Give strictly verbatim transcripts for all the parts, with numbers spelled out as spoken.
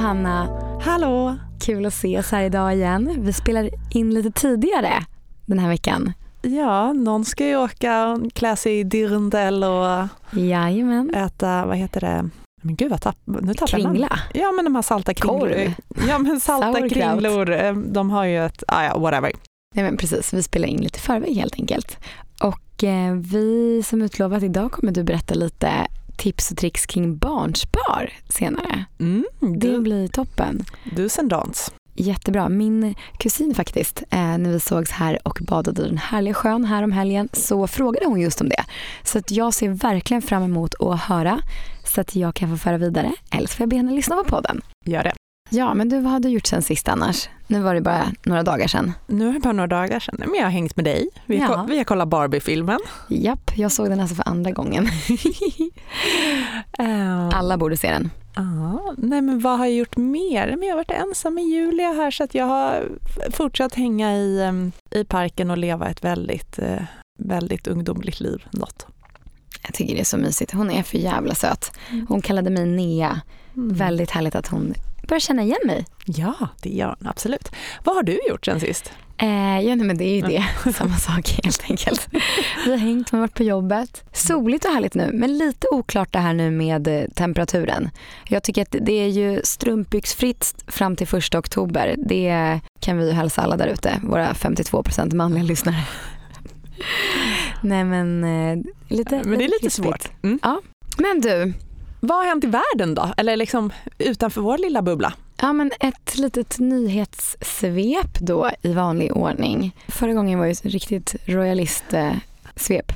Hanna. Hallå. Kul att ses här idag igen. Vi spelar in lite tidigare den här veckan. Ja, någon ska ju åka och klä sig i dirndl och Jajamän. äta, vad heter det? Men gud, vad tapp, nu tappar Kringla. man. Ja, men de här salta kringlor. Ja, men salta kringlor. De har ju ett, ah, ja, whatever. Nej, men precis, vi spelar in lite förväg helt enkelt. Och eh, vi som utlovat idag kommer du berätta lite tips och tricks kring barnspar senare. Mm, det du, blir toppen. Do's and don'ts. Jättebra. Min kusin faktiskt, eh, när vi sågs här och badade i den härliga sjön här om helgen, så frågade hon just om det. Så att jag ser verkligen fram emot att höra så att jag kan få föra vidare. Eller så får jag be henne lyssna på podden. Gör det. Ja, men du, vad har du gjort sen sist annars? Nu var det bara några dagar sedan. Nu är det bara några dagar sedan. Men jag har hängt med dig. Vi har, ja. vi har kollat Barbie-filmen. Japp, jag såg den alltså för andra gången. Alla borde se den. Ja, nej men vad har jag gjort mer? Men jag har varit ensam med Julia här så att jag har fortsatt hänga i, i parken och leva ett väldigt, väldigt ungdomligt liv. Något. Jag tycker det är så mysigt. Hon är för jävla söt. Hon kallade mig Nea. Mm. Väldigt härligt att hon börjar känna igen mig. Ja, det gör hon absolut. Vad har du gjort sen sist? Eh, ja, nej, men det är ju det. Mm. Samma sak helt enkelt. Vi har hängt, vi har varit på jobbet. Soligt och härligt nu, men lite oklart det här nu med temperaturen. Jag tycker att det är ju strumpbyxfritt fram till första oktober. Det kan vi ju hälsa alla där ute, våra femtiotvå procent manliga lyssnare. Nej, men eh, lite Men det är lite krispigt. svårt. Mm. Ja. Men du, vad har hänt i världen då? Eller liksom utanför vår lilla bubbla? Ja, men ett litet nyhetssvep då i vanlig ordning. Förra gången var ju ett riktigt royalistsvep.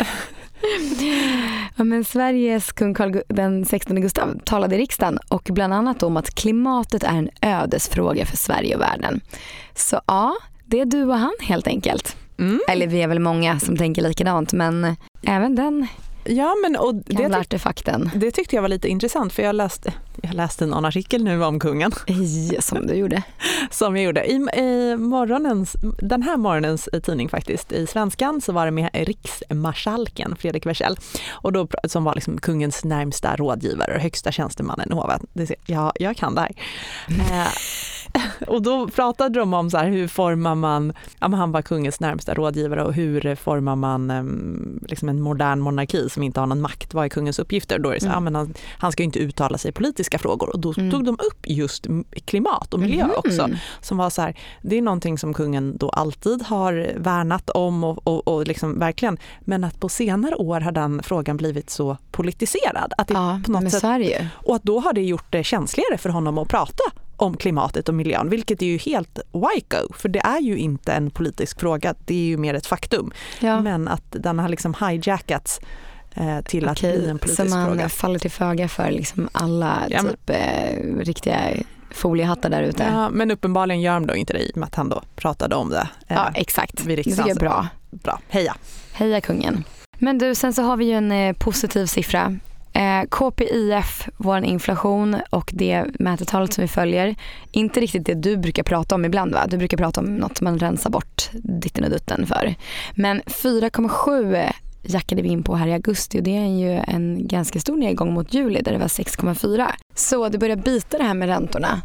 Ja, men Sveriges kung Carl den sextonde Gustav talade i riksdagen och bland annat om att klimatet är en ödesfråga för Sverige och världen. Så ja, det är du och han helt enkelt. Mm. Eller vi är väl många som tänker likadant, men även den ja, men, och det, gamla artefakten. Det tyckte jag var lite intressant för jag läste, jag läste en artikel nu om kungen. Ja, som du gjorde. Som jag gjorde. I, i morgonens, den här morgonens tidning faktiskt, i Svenskan så var det med riksmarskalken Fredrik Wersäll och då, som var liksom kungens närmsta rådgivare och högsta tjänstemannen i hovet. Ja, jag kan det här. eh, och då pratade de om så här, hur formar man, ja, men han var kungens närmsta rådgivare och hur formar man um, liksom en modern monarki som inte har någon makt, vad är kungens uppgifter? Då är det så, mm. ja, men han, han ska ju inte uttala sig i politiska frågor och då mm. tog de upp just klimat och miljö mm. också, som var så här, det är någonting som kungen då alltid har värnat om och, och, och liksom verkligen, men att på senare år har den frågan blivit så politiserad att det ja, på något sätt, Sverige. Och att då har det gjort det känsligare för honom att prata om klimatet och miljön, vilket är ju helt wacko, för det är ju inte en politisk fråga, det är ju mer ett faktum. Ja. Men att den har liksom hijackats eh, till Okej, att bli en politisk fråga. Så man fråga. faller till föga för liksom alla ja, men, typ eh, riktiga foliehattar där ute. Ja, men uppenbarligen gör de då inte det i och med att han då pratade om det. Eh, ja, exakt. Det är bra. Bra. Heja. Heja kungen. Men du, sen så har vi ju en eh, positiv siffra. Eh, K P I F, vår inflation och det mätetalet som vi följer, inte riktigt det du brukar prata om ibland, va? Du brukar prata om något man rensar bort ditten och dutten för. Men fyra komma sju jackade vi in på här i augusti och det är ju en ganska stor nedgång mot juli där det var sex komma fyra. Så det börjar bita det här med räntorna.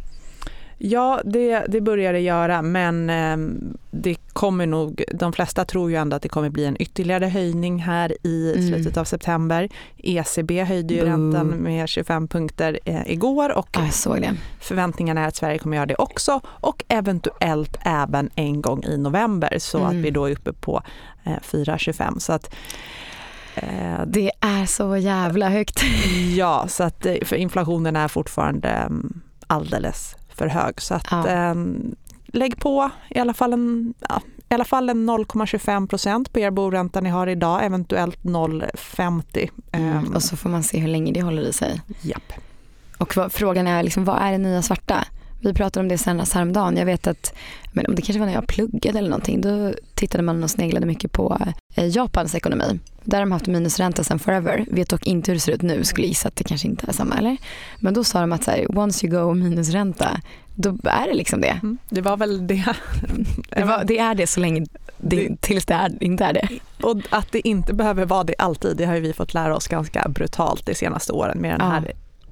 Ja, det, det börjar det göra, men eh, det kommer nog, de flesta tror ju ändå att det kommer bli en ytterligare höjning här i mm. slutet av september. E C B höjde ju mm. räntan med tjugofem punkter eh, igår och ja, jag såg det. Förväntningarna är att Sverige kommer göra det också och eventuellt även en gång i november så mm. att vi då är uppe på eh, fyra komma tjugofem. Så att eh, det är så jävla högt. Ja, så att för inflationen är fortfarande eh, alldeles för hög. Så att ja. eh, lägg på i alla fall en, ja, i alla fall en noll komma tjugofem procent på er boränta ni har idag, eventuellt noll komma femtio. Mm, um, och så får man se hur länge det håller i sig. Japp. Och vad, frågan är liksom, vad är det nya svarta? Vi pratade om det senast häromdagen. Jag vet att, men om det kanske var när jag pluggade eller någonting, då tittade man och sneglade mycket på eh, Japans ekonomi. Där har de haft minusränta sedan forever. Vet dock inte hur det ser ut nu, skulle gissa att det kanske inte är samma, eller? Men då sa de att så här, once you go minusränta, då är det liksom det. Mm, det var väl det. det, var, det är det så länge det, det, tills det är, inte är det. Och att det inte behöver vara det alltid, det har ju vi fått lära oss ganska brutalt de senaste åren med den här ja.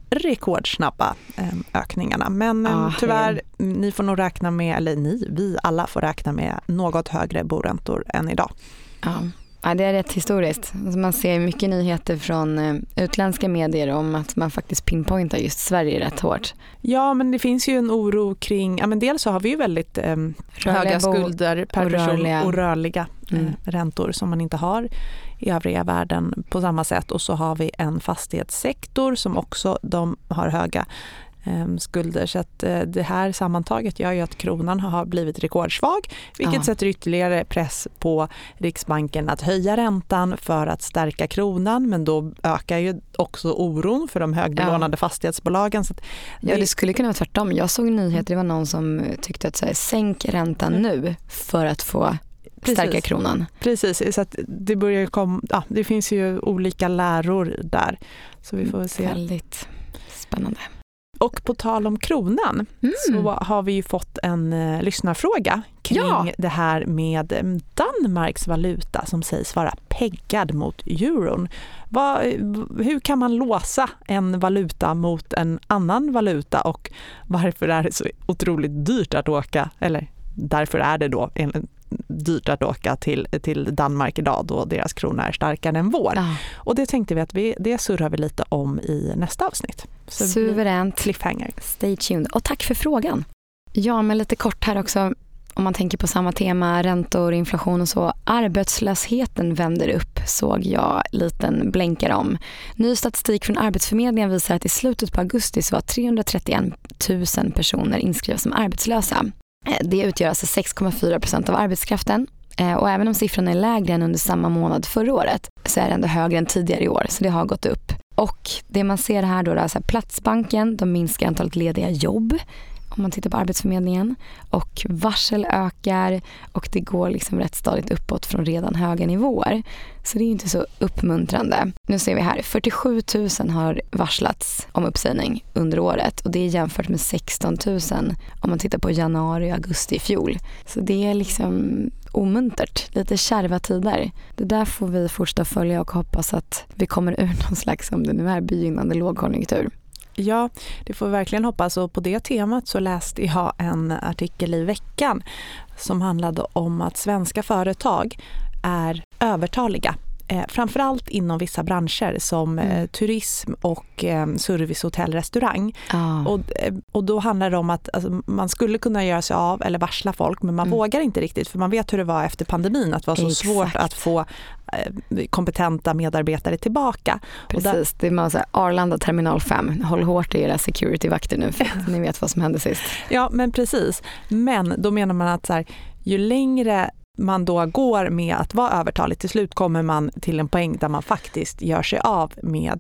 rekordsnabba ökningarna. Men ah, tyvärr, hej. ni får nog räkna med, eller ni, vi alla får räkna med något högre boräntor än idag. Ja. Ja, det är rätt historiskt. Alltså man ser mycket nyheter från utländska medier om att man faktiskt pinpointar just Sverige rätt hårt. Ja, men det finns ju en oro kring, ja men dels så har vi ju väldigt eh, höga skulder per och person rörliga. och rörliga mm. eh, räntor som man inte har i övriga världen på samma sätt. Och så har vi en fastighetssektor som också de har höga skulder, så att det här sammantaget gör ju att kronan har blivit rekordsvag, vilket ja. sätter ytterligare press på Riksbanken att höja räntan för att stärka kronan, men då ökar ju också oron för de högbelånade ja. fastighetsbolagen. Så att det... Ja, det skulle kunna vara tvärtom. Jag såg nyheter, det var någon som tyckte att så här, sänk räntan nu för att få stärka Precis. kronan. Precis, så att det börjar komma, ja, det finns ju olika läror där, så vi får se. Väldigt spännande. Och på tal om kronan mm. så har vi ju fått en uh, lyssnarfråga kring ja. det här med Danmarks valuta som sägs vara peggad mot euron. Vad, hur kan man låsa en valuta mot en annan valuta och varför är det så otroligt dyrt att åka, eller därför är det då en dyrt att åka till, till Danmark idag då deras krona är starkare än vår. Ja. Och det tänkte vi att vi, det surrar vi lite om i nästa avsnitt. Så suveränt. Cliffhanger. Stay tuned. Och tack för frågan. Ja, men lite kort här också, om man tänker på samma tema, räntor, inflation och så. Arbetslösheten vänder upp, såg jag liten blänkare om. Ny statistik från Arbetsförmedlingen visar att i slutet på augusti så var trehundratrettioen tusen personer inskrivna som arbetslösa. Det utgör alltså sex komma fyra procent av arbetskraften, och även om siffran är lägre än under samma månad förra året så är det ändå högre än tidigare i år, så det har gått upp. Och det man ser här då är så här, Platsbanken, de minskar antalet lediga jobb om man tittar på Arbetsförmedlingen, och varsel ökar och det går liksom rätt stadigt uppåt från redan höga nivåer. Så det är inte så uppmuntrande. Nu ser vi här, fyrtiosju tusen har varslats om uppsägning under året, och det är jämfört med sexton tusen om man tittar på januari och augusti i fjol. Så det är liksom omuntert, lite kärva tider. Det där får vi fortsätta följa och hoppas att vi kommer ur någon slags, om det nu är begynnande lågkonjunktur. Ja, det får vi verkligen hoppas, och på det temat så läste jag en artikel i veckan som handlade om att svenska företag är övertaliga. Eh, framförallt inom vissa branscher som mm. eh, turism och eh, service, hotell, restaurang. Ah. Och, eh, och då handlar det om att alltså, man skulle kunna göra sig av eller varsla folk, men man mm. vågar inte riktigt, för man vet hur det var efter pandemin, att det var så Exakt. svårt att få eh, kompetenta medarbetare tillbaka. Precis, och där... det är man så här, Arlanda terminal fem, håll hårt i era security-vakter nu för att ni vet vad som hände sist. Ja, men precis. Men då menar man att så här, ju längre man då går med att vara övertalig, till slut kommer man till en poäng där man faktiskt gör sig av med,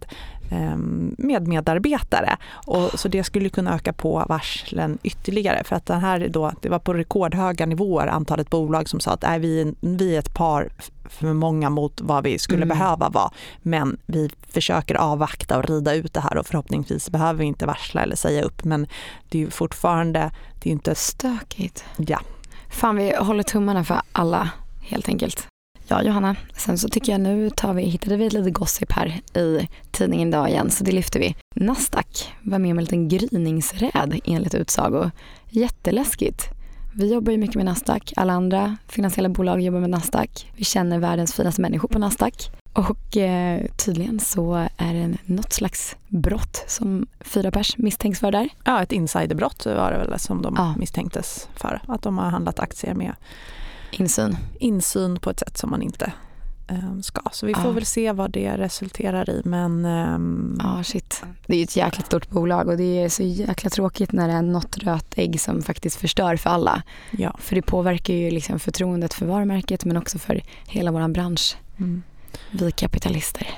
med medarbetare. Och så det skulle kunna öka på varslen ytterligare, för att den här då, det var på rekordhöga nivåer antalet bolag som sa att är vi, vi är ett par för många mot vad vi skulle mm. behöva vara, men vi försöker avvakta och rida ut det här, och förhoppningsvis behöver vi inte varsla eller säga upp, men det är ju fortfarande, det är inte stökigt. Ja. Fan, vi håller tummarna för alla, helt enkelt. Ja, Johanna, sen så tycker jag nu tar vi, hittade vi ett litet gossip här i tidningen idag igen, så det lyfter vi. Nasdaq var med om en liten gryningsräd enligt utsago. Jätteläskigt. Vi jobbar ju mycket med Nasdaq, alla andra finansiella bolag jobbar med Nasdaq. Vi känner världens finaste människor på Nasdaq. Och eh, tydligen så är det något slags brott som fyra pers misstänks för där. Ja, ett insiderbrott var det väl som de ja. misstänktes för. Att de har handlat aktier med insyn. Insyn på ett sätt som man inte eh, ska. Så vi får ja. väl se vad det resulterar i. Men ehm... ja, shit. Det är ju ett jäkla stort bolag, och det är så jäkla tråkigt när det är något rött ägg som faktiskt förstör för alla. Ja. För det påverkar ju liksom förtroendet för varumärket, men också för hela vår bransch. Mm. Vi kapitalister.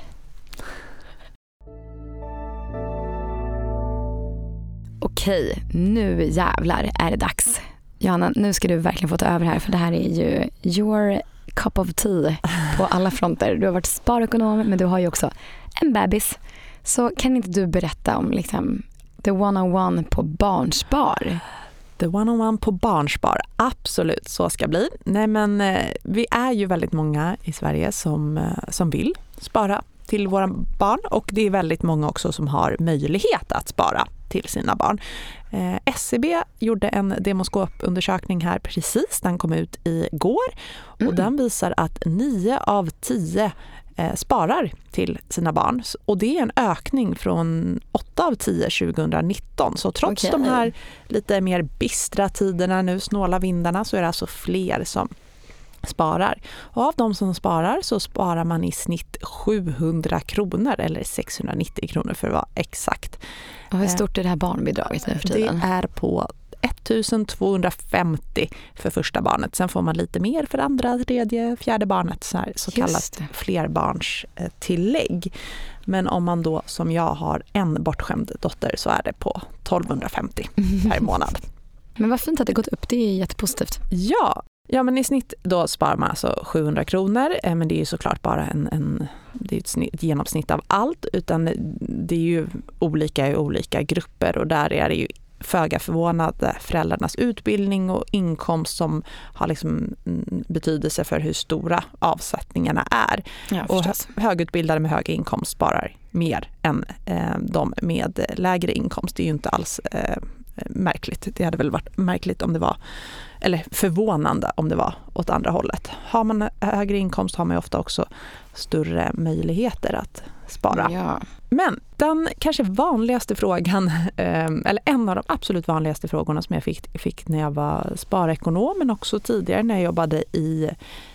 Okej, nu jävlar är det dags. Johanna, nu ska du verkligen få ta över här, för det här är ju your cup of tea på alla fronter. Du har varit sparekonom, men du har ju också en bebis. Så kan inte du berätta om liksom the one-on-one på Barnspar? The one-on-one på Barnspar, absolut, så ska bli. Nej, men eh, vi är ju väldigt många i Sverige som, eh, som vill spara till våra barn, och det är väldigt många också som har möjlighet att spara till sina barn. Eh, S C B gjorde en demoskopundersökning här precis, den kom ut igår och mm. den visar att nio av tio eh, sparar till sina barn, och det är en ökning från åtta av tio tjugonitton. Så trots okay. de här lite mer bistra tiderna nu, snåla vindarna, så är det alltså fler som sparar. Och av de som sparar så sparar man i snitt sjuhundra kronor eller sexhundranittio kronor för att vara exakt. Och hur stort är det här barnbidraget nu för tiden? Det är på ettusentvåhundrafemtio för första barnet. Sen får man lite mer för andra, tredje, fjärde barnet, så, här, så kallat flerbarns tillägg. Men om man då som jag har en bortskämd dotter så är det på tolvhundrafemtio per månad. Men vad fint att det gått upp, det är jättepositivt. Ja, Ja, men i snitt då sparar man alltså sjuhundra kronor, men det är ju såklart bara en, en, det är ett, snitt, ett genomsnitt av allt, utan det är ju olika i olika grupper, och där är det ju föga förvånade föräldrarnas utbildning och inkomst som har liksom betydelse för hur stora avsättningarna är. Ja, och högutbildade med hög inkomst sparar mer än eh, de med lägre inkomst. Det är ju inte alls eh, märkligt. Det hade väl varit märkligt om det var, eller förvånande om det var åt andra hållet. Har man högre inkomst har man ju ofta också större möjligheter att spara. Ja. Men den kanske vanligaste frågan, eller en av de absolut vanligaste frågorna som jag fick, fick när jag var sparekonom, men också tidigare när jag jobbade i,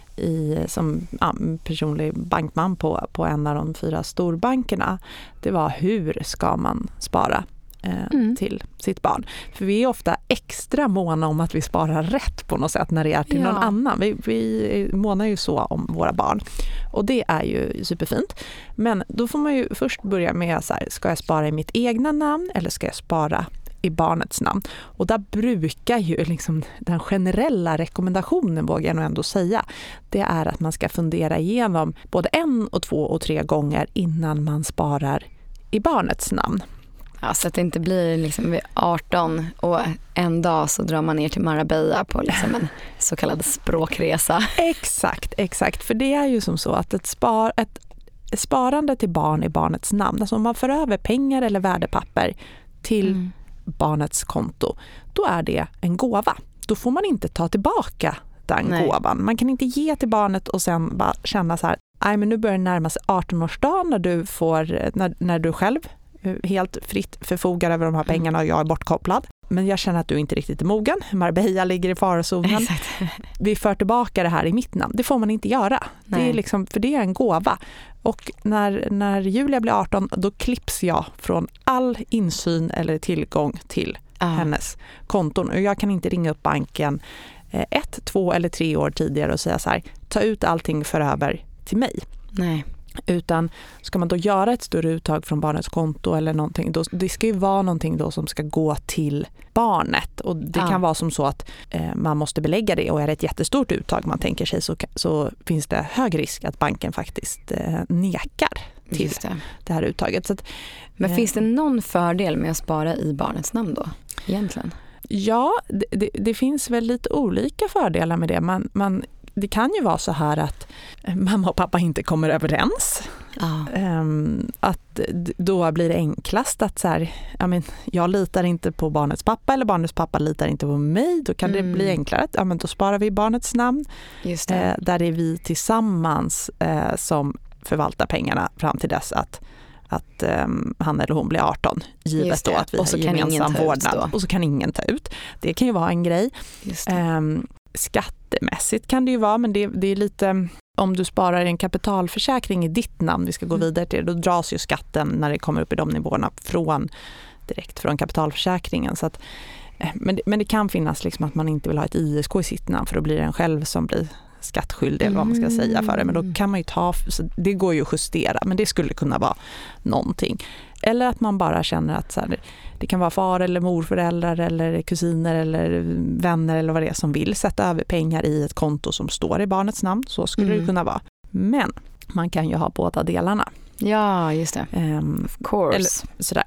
i, som ja, personlig bankman på, på en av de fyra storbankerna, det var hur ska man spara Mm. till sitt barn. För vi är ofta extra måna om att vi sparar rätt på något sätt när det är till ja. någon annan. Vi, vi månar ju så om våra barn. Och det är ju superfint. Men då får man ju först börja med så här, ska jag spara i mitt egna namn eller ska jag spara i barnets namn? Och där brukar ju liksom den generella rekommendationen, vågar jag nog ändå säga, det är att man ska fundera igenom både en och två och tre gånger innan man sparar i barnets namn. Ja, så att det inte blir liksom vid arton och en dag så drar man ner till Marbella på liksom en så kallad språkresa. Exakt, exakt. För det är ju som så att ett, spar, ett sparande till barn i barnets namn, alltså om man för över pengar eller värdepapper till mm. barnets konto, då är det en gåva. Då får man inte ta tillbaka den Nej. gåvan. Man kan inte ge till barnet och sen bara känna så här, nej men nu börjar det närma sig arton-årsdagen när du får, när, när du själv helt fritt förfogar över de här pengarna och jag är bortkopplad. Men jag känner att du inte riktigt är mogen. Marbella ligger i farozonen. Exakt. Vi för tillbaka det här i mitt namn. Det får man inte göra. Det är liksom, för det är en gåva. Och när, när Julia blir arton, då klipps jag från all insyn eller tillgång till ah. hennes konton. Och jag kan inte ringa upp banken ett, två eller tre år tidigare och säga så här, ta ut allting för över till mig. Nej. Utan ska man då göra ett större uttag från barnets konto eller någonting, då, det ska ju vara någonting då som ska gå till barnet. Och det ja. kan vara som så att eh, man måste belägga det, och är det ett jättestort uttag man tänker sig, så, så finns det hög risk att banken faktiskt eh, nekar till det. det här uttaget. Så att, Men eh, finns det någon fördel med att spara i barnets namn då egentligen? Ja, det, det, det finns väl lite olika fördelar med det. Man, man Det kan ju vara så här att mamma och pappa inte kommer överens. Ah. Um, att då blir det enklast att så här, ja, men jag litar inte på barnets pappa eller barnets pappa litar inte på mig. Då kan mm. det bli enklare att ja, men då sparar vi barnets namn. Just det. Eh, där är vi tillsammans eh, som förvaltar pengarna fram till dess att att um, han eller hon blir arton, givet då att vi och så har kan gemensam vårdnad. Då. Och så kan ingen ta ut. Det kan ju vara en grej. Just det. Um, skattemässigt kan det ju vara, men det, det är lite, om du sparar en kapitalförsäkring i ditt namn, vi ska gå vidare till det, då dras ju skatten när det kommer upp i de nivåerna från, direkt från kapitalförsäkringen. Så att, men, men det kan finnas liksom att man inte vill ha ett I S K i sitt namn, för då blir det en själv som blir skattskyldig eller vad man ska säga för det. Men då kan man ju ta, så det går ju att justera, men det skulle kunna vara någonting. Eller att man bara känner att så här, det kan vara far eller morföräldrar eller kusiner eller vänner eller vad det är som vill sätta över pengar i ett konto som står i barnets namn. Så skulle mm. det kunna vara. Men man kan ju ha båda delarna. Ja, just det. Um, of course. Eller, sådär.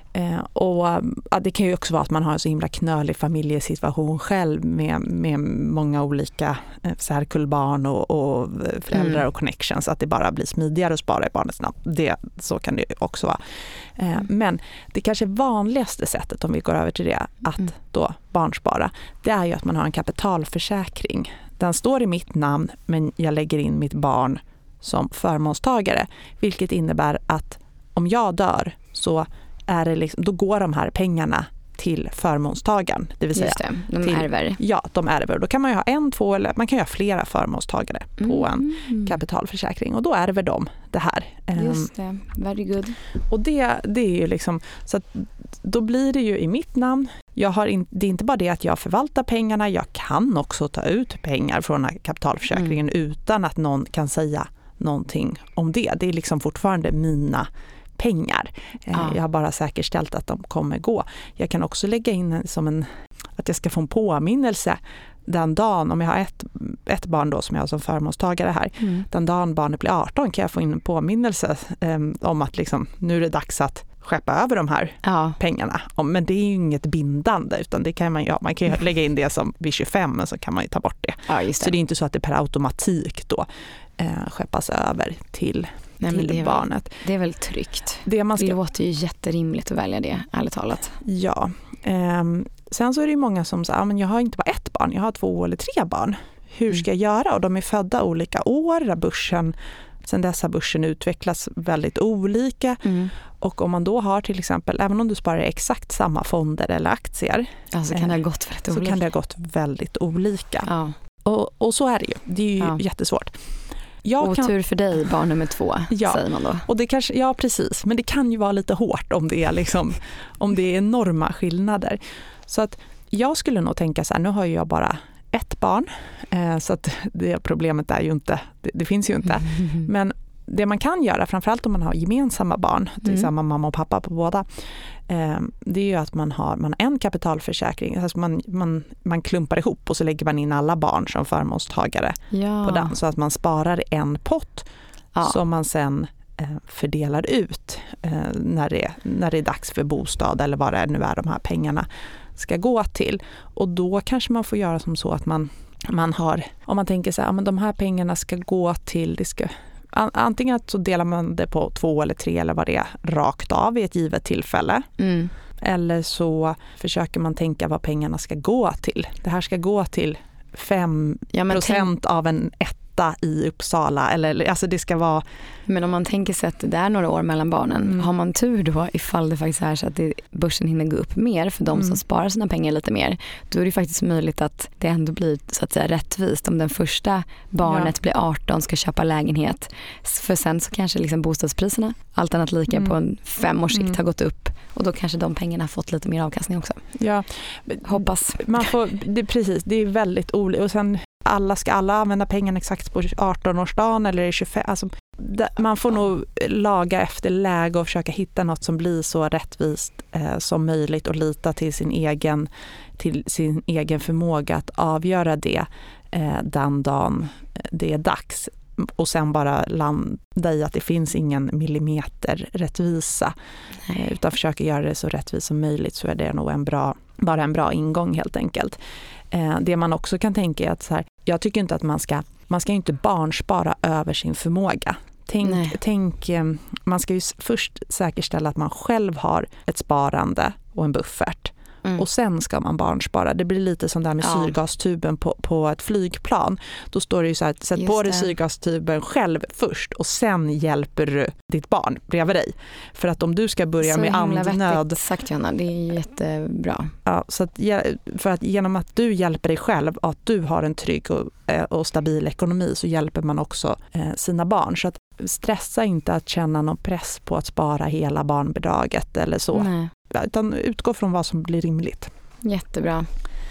Eh, och ja, det kan ju också vara att man har en så himla knölig familjesituation själv med, med många olika eh, särkullbarn och, och föräldrar mm. och connections, att det bara blir smidigare att spara i barnets namn. Det, så kan det också vara. Eh, mm. Men det kanske vanligaste sättet, om vi går över till det, att mm. då barnspara, det är ju att man har en kapitalförsäkring. Den står i mitt namn, men jag lägger in mitt barn som förmånstagare, vilket innebär att om jag dör så är det liksom, då går de här pengarna till förmånstagaren, det vill säga just det, de till, ärver. Ja, de ärver. Då kan man ju ha en, två eller man kan ju ha flera förmånstagare mm. på en kapitalförsäkring och då ärver de det här. Just det, very good. Och det, det är ju liksom, så att då blir det ju i mitt namn. Jag har in, det är inte bara det att jag förvaltar pengarna, jag kan också ta ut pengar från den här kapitalförsäkringen mm. utan att någon kan säga någonting om det. Det är liksom fortfarande mina pengar. Ja. Jag har bara säkerställt att de kommer gå. Jag kan också lägga in som en, att jag ska få en påminnelse den dagen, om jag har ett, ett barn då som jag har som förmånstagare här, mm. den dagen barnet blir arton kan jag få in en påminnelse um, om att liksom, nu är det dags att skeppa över de här ja. pengarna. Men det är ju inget bindande, utan det kan man, ja, man kan ju lägga in det som vid tjugofem, men så kan man ju ta bort det. Ja, just det. Så det är inte så att det per automatik då eh, skeppas över till Nej, till det barnet. Väl, det är väl tryggt. Det, man ska... det låter ju jätterimligt att välja det, ärligt talat. Ja. Eh, sen så är det ju många som säger, ah, men jag har inte bara ett barn, jag har två eller tre barn. Hur ska jag göra? Och de är födda olika år, där börsen, sen dess har börsen utvecklas väldigt olika. Mm. Och om man då har till exempel, även om du sparar exakt samma fonder eller aktier, alltså kan det ha gått väldigt så olika. kan det ha gått väldigt olika. Ja. Och, och så är det ju. Det är ju ja. jättesvårt. Jag Otur kan... för dig, barn nummer två, ja. säger man då. Och det kanske, ja, precis. Men det kan ju vara lite hårt om det är, liksom, om det är enorma skillnader. Så att jag skulle nog tänka så här, nu har jag bara ett barn. Eh, så att det problemet är ju inte, det, det finns ju inte. Mm. Men det man kan göra, framförallt om man har gemensamma barn, till mm. samma mamma och pappa på båda, eh, det är ju att man har, man har en kapitalförsäkring. Alltså man, man, man klumpar ihop och så lägger man in alla barn som förmånstagare ja. på den. Så att man sparar en pott ja. som man sen eh, fördelar ut eh, när, det, när det är dags för bostad eller vad det nu är de här pengarna ska gå till. Och då kanske man får göra som så att man, man har, om man tänker så här, ja, men de här pengarna ska gå till, det ska antingen att så delar man det på två eller tre eller vad det är rakt av i ett givet tillfälle. Mm. Eller så försöker man tänka vad pengarna ska gå till. Det här ska gå till fem procent ja, tänk... av en etta i Uppsala. Eller, alltså det ska vara... Men om man tänker sig att det är några år mellan barnen, mm. har man tur då ifall det faktiskt är så att det, börsen hinner gå upp mer för de mm. som sparar sina pengar lite mer, då är det faktiskt möjligt att det ändå blir så att säga rättvist om den första barnet ja. blir arton ska köpa lägenhet. För sen så kanske liksom bostadspriserna, allt annat lika mm. på en fem års sikt mm. har gått upp och då kanske de pengarna har fått lite mer avkastning också. Ja. Hoppas. Man får, det, precis, det är väldigt olika. Och sen alla ska alla använda pengarna exakt på arton-årsdagen eller tjugofem. Alltså, man får nog laga efter läge och försöka hitta något som blir så rättvist eh, som möjligt och lita till sin egen, till sin egen förmåga att avgöra det eh, den dagen det är dags. Och sen bara landa i att det finns ingen millimeter rättvisa. Eh, utan försöka göra det så rättvist som möjligt, så är det nog en bra, bara en bra ingång helt enkelt. Eh, det man också kan tänka är att så här, jag tycker inte att man ska, man ska inte barnspara över sin förmåga. Tänk, tänk, man ska ju först säkerställa att man själv har ett sparande och en buffert. Mm. Och sen ska man barnspara. Det blir lite som där med ja. syrgastuben på, på ett flygplan. Då står det ju så här, sätt på dig syrgastuben själv först och sen hjälper du ditt barn bredvid dig. För att om du ska börja så med andnöd... Exakt, Johanna, det är jättebra. Ja, så att, för att genom att du hjälper dig själv, att du har en trygg och, och stabil ekonomi, så hjälper man också eh, sina barn. Så att stressa inte att känna någon press på att spara hela barnbidraget eller så. Nej. Utan utgå från vad som blir rimligt. Jättebra.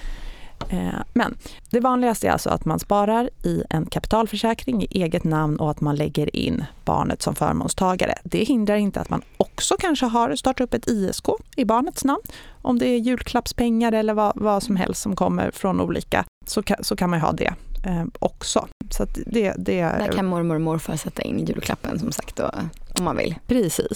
Men det vanligaste är alltså att man sparar i en kapitalförsäkring i eget namn och att man lägger in barnet som förmånstagare. Det hindrar inte att man också kanske har startat upp ett I S K i barnets namn. Om det är julklappspengar eller vad, vad som helst som kommer från olika, så kan, så kan man ju ha det eh, också. Så att det, det, där kan mormor och morfar sätta in julklappen som sagt då, om man vill. Precis.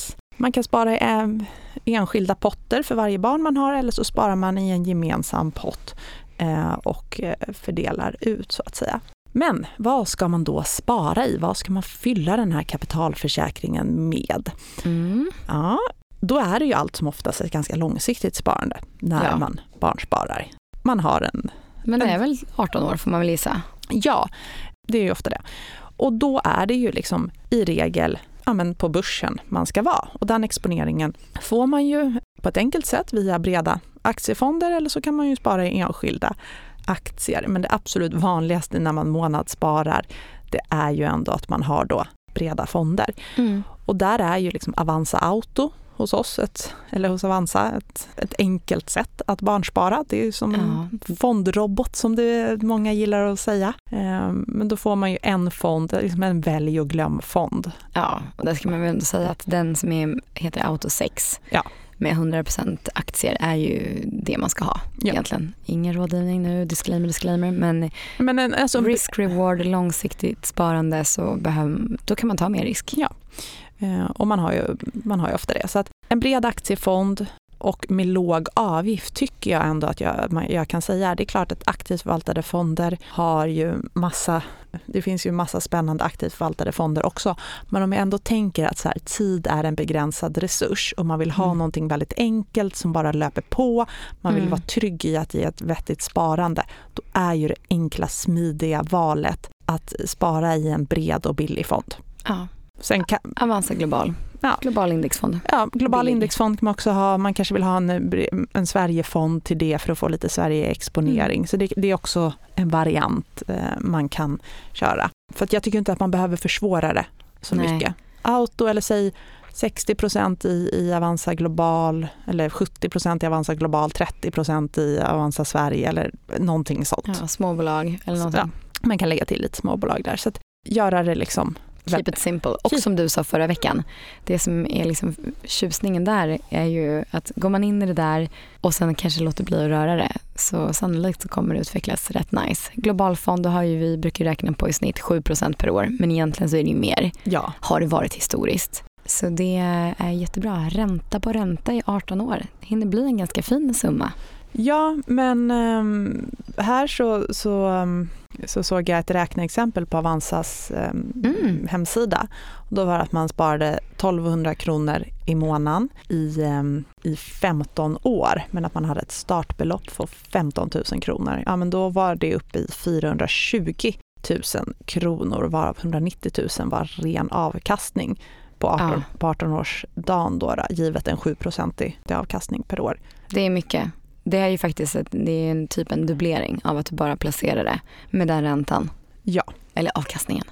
man kan spara i enskilda potter för varje barn man har, eller så sparar man i en gemensam pott eh, och fördelar ut så att säga. Men vad ska man då spara i? Vad ska man fylla den här kapitalförsäkringen med? Mm. Ja, då är det ju allt som oftast ett ganska långsiktigt sparande när Ja. man barnsparar. Man har en... Men det är väl arton år får man väl gissa? Ja, det är ju ofta det. Och då är det ju liksom i regel ja, men på börsen man ska vara. Och den exponeringen får man ju på ett enkelt sätt via breda aktiefonder, eller så kan man ju spara i enskilda aktier. Men det absolut vanligaste när man månadssparar, det är ju ändå att man har då breda fonder. Mm. Och där är ju liksom Avanza Auto hos oss, ett, eller hos Avanza, ett, ett enkelt sätt att barnspara. Det är ju som en Ja. fondrobot som det många gillar att säga. Ehm, men då får man ju en fond, liksom en välj- och glömfond. Ja, och där ska man väl ändå säga att den som är, heter Auto sex Ja. med hundra procent aktier är ju det man ska ha Ja. egentligen. Ingen rådgivning nu, disclaimer, disclaimer, men Men en, alltså, risk-reward, långsiktigt sparande, så behöver, då kan man ta mer risk. Ja. Eh, och man har, ju, man har ju ofta det. Så att en bred aktiefond och med låg avgift tycker jag ändå att jag, man, jag kan säga. Det är klart att aktivt förvaltade fonder har ju massa, det finns ju massa spännande aktivt förvaltade fonder också. Men om jag ändå tänker att så här, tid är en begränsad resurs och man vill ha Mm. någonting väldigt enkelt som bara löper på. Man vill Mm. vara trygg i att ge ett vettigt sparande. Då är ju det enkla, smidiga valet att spara i en bred och billig fond. Ja. Sen kan, Avanza Global. Ja. Global indexfond. Ja, global Billig. indexfond kan man också ha. Man kanske vill ha en, en Sverigefond till det för att få lite Sverige-exponering. Mm. Så det, det är också en variant eh, man kan köra. För att jag tycker inte att man behöver försvåra det så Nej. mycket. Auto eller säg sextio procent i, i Avanza Global eller sjuttio procent i Avanza Global, trettio procent i Avanza Sverige eller någonting sånt. Ja, småbolag eller något. Ja, man kan lägga till lite småbolag där. Så att göra det liksom... Keep it simple. Och Keep- som du sa förra veckan, det som är liksom tjusningen där är ju att går man in i det där och sen kanske låter bli att röra det, så sannolikt så kommer det utvecklas rätt nice. Globalfond, då har ju vi brukar räkna på i snitt sju procent per år, men egentligen så är det ju mer. Ja. Har det varit historiskt. Så det är jättebra. Ränta på ränta i arton år. Det hinner bli en ganska fin summa. Ja, men um, här så, så, um, så såg jag ett räkneexempel på Avanzas um, Mm. hemsida. Och då var det att man sparade tolvhundra kronor i månaden i, um, i femton år. Men att man hade ett startbelopp på femton tusen kronor. Ja, men då var det uppe i fyrahundratjugo tusen kronor, varav hundranittio tusen var ren avkastning på arton, Ja. på arton års dagen då, då, givet en sju procentig avkastning per år. Det är mycket. Det är ju faktiskt ett, det är en typ en dubblering av att du bara placerar det med den räntan. Ja. Eller avkastningen.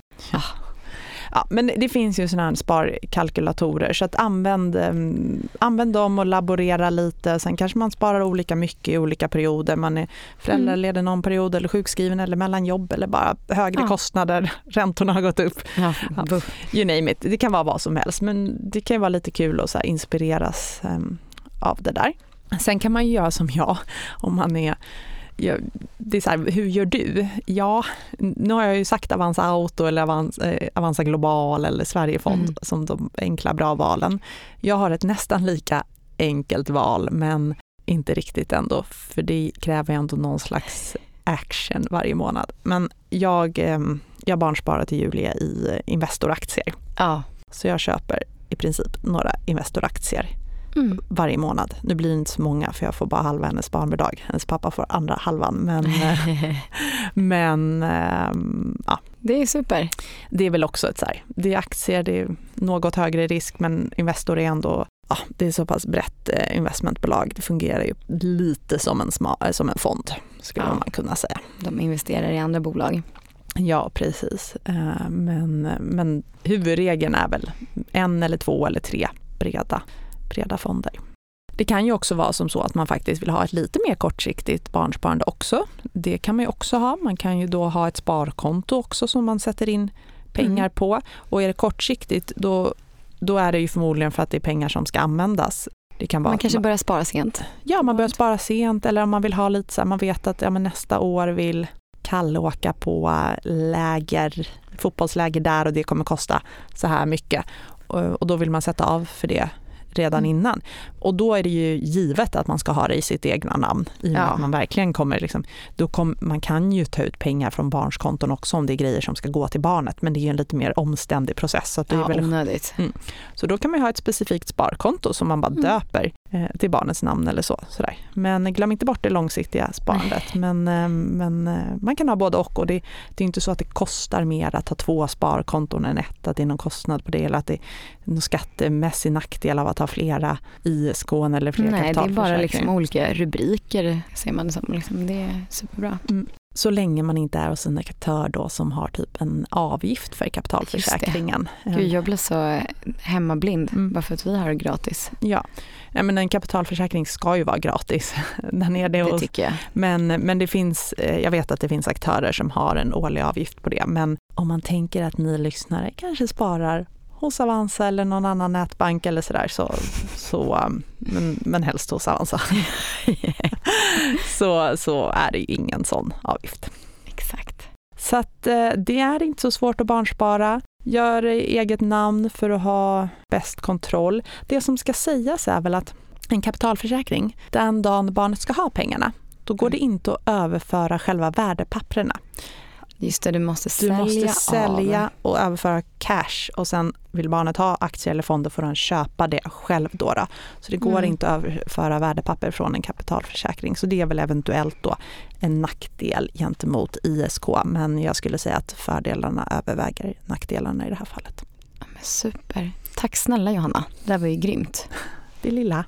Ja, men det finns ju sådana här sparkalkylatorer, så att använd, um, använd dem och laborera lite. Sen kanske man sparar olika mycket i olika perioder. Man är föräldraledig någon period eller sjukskriven eller mellan jobb eller bara högre Ja. kostnader. Räntorna har gått upp. Ja, Ja. You name it. Det kan vara vad som helst, men det kan ju vara lite kul att så här inspireras um, av det där. Sen kan man ju göra som jag om man är... Ja, det är så här, hur gör du? Ja, nu har jag ju sagt Avanza Auto eller Avanza, eh, Avanza Global eller Sverigefond Mm. som de enkla bra valen. Jag har ett nästan lika enkelt val, men inte riktigt ändå, för det kräver ändå någon slags action varje månad. Men jag, eh, jag barnsparar till Julia i Investoraktier, Ja. så jag köper i princip några Investoraktier Mm. varje månad. Nu blir det inte så många för jag får bara halva hennes barnbidrag. Hennes pappa får andra halvan. Men, men ähm, ja, Det är super. det är väl också ett så här, det är aktier, det är något högre risk, men Investor är ändå, ja, det är så pass brett eh, investmentbolag. Det fungerar ju lite som en, sma, som en fond, skulle Ja. man kunna säga. De investerar i andra bolag. Ja, precis. Eh, men, men huvudregeln är väl en eller två eller tre breda breda fonder. Det kan ju också vara som så att man faktiskt vill ha ett lite mer kortsiktigt barnsparande också. Det kan man ju också ha. Man kan ju då ha ett sparkonto också som man sätter in pengar Mm. på. Och är det kortsiktigt då, då är det ju förmodligen för att det är pengar som ska användas. Det kan vara Man att kanske börjar spara sent. Ja, man börjar spara sent, eller om man vill ha lite så här, man vet att ja, men nästa år vill Kalle åka på läger, fotbollsläger där och det kommer kosta så här mycket. Och, och då vill man sätta av för det redan mm. innan. Och då är det ju givet att man ska ha det i sitt egna namn. I och med ja. att man verkligen kommer liksom, då kom, man kan ju ta ut pengar från barnskonton också om det är grejer som ska gå till barnet, men det är ju en lite mer omständig process. Så, att det ja, är väl, onödigt. Mm. Så då kan man ju ha ett specifikt sparkonto som man bara mm. döper eh, till barnets namn eller så. Sådär. Men glöm inte bort det långsiktiga sparandet. Men, eh, men eh, man kan ha både och. Och det, det är inte så att det kostar mer att ha två sparkonton än ett, att det är någon kostnad på det eller att det är någon skattemässig nackdel av att ha flera I S K eller flera Nej, det är bara kapitalförsäkringar. liksom olika rubriker ser man det som. Liksom, det är superbra. Mm. Så länge man inte är hos en aktör då som har typ en avgift för kapitalförsäkringen. Gud, jag blir så hemmablind mm. bara för att vi har det gratis. Ja, ja men en kapitalförsäkring ska ju vara gratis. Den är det, det och, tycker jag. Men, men det finns, jag vet att det finns aktörer som har en årlig avgift på det. Men om man tänker att ni lyssnare kanske sparar hos Avanza eller någon annan nätbank eller sådär, så, så, men, men helst hos Avanza. så, så är det ju ingen sån avgift. Exakt. Så att det är inte så svårt att barnspara. Gör eget namn för att ha bäst kontroll. Det som ska sägas är väl att en kapitalförsäkring, den dagen barnet ska ha pengarna, då går det inte att överföra själva värdepapperna. Just det, du måste sälja, du måste sälja av. och överföra cash, och sen vill barnet ha aktier eller fonder får han köpa det själv då. då. Så det går mm. inte att överföra värdepapper från en kapitalförsäkring. Så det är väl eventuellt då en nackdel gentemot I S K. Men jag skulle säga att fördelarna överväger nackdelarna i det här fallet. Ja, men super. Tack snälla Johanna. Det var ju grymt. Det lilla.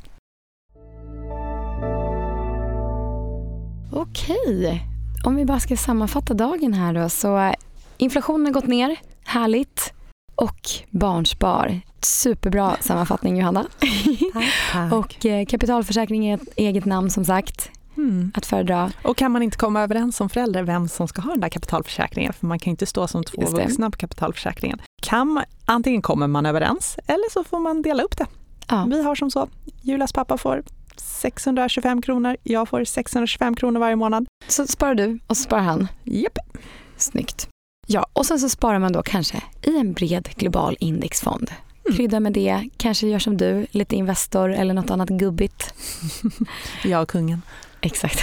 Okej. Om vi bara ska sammanfatta dagen här då, så inflationen har gått ner, härligt, och barnspar. Superbra sammanfattning Johanna. Tack, tack. Och eh, kapitalförsäkring är ett eget namn som sagt, mm. att föredra. Och kan man inte komma överens som förälder vem som ska ha den där kapitalförsäkringen, för man kan inte stå som två vuxna på kapitalförsäkringen. Kan man, antingen kommer man överens eller så får man dela upp det. Ja. Vi har som så, Julas pappa får sexhundratjugofem kronor, jag får sexhundratjugofem kronor varje månad. Så sparar du och så sparar han. Japp. Snyggt. Ja, och sen så sparar man då kanske i en bred global indexfond. Mm. Krydda med det, kanske gör som du, lite Investor eller något annat gubbigt. Jag och kungen. Exakt.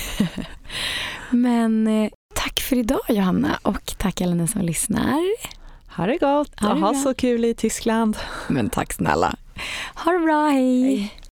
Men eh, tack för idag Johanna, och tack alla ni som lyssnar. Ha det gott, ha, ha så kul i Tyskland. Men tack snälla. Ha det bra, hej. hej.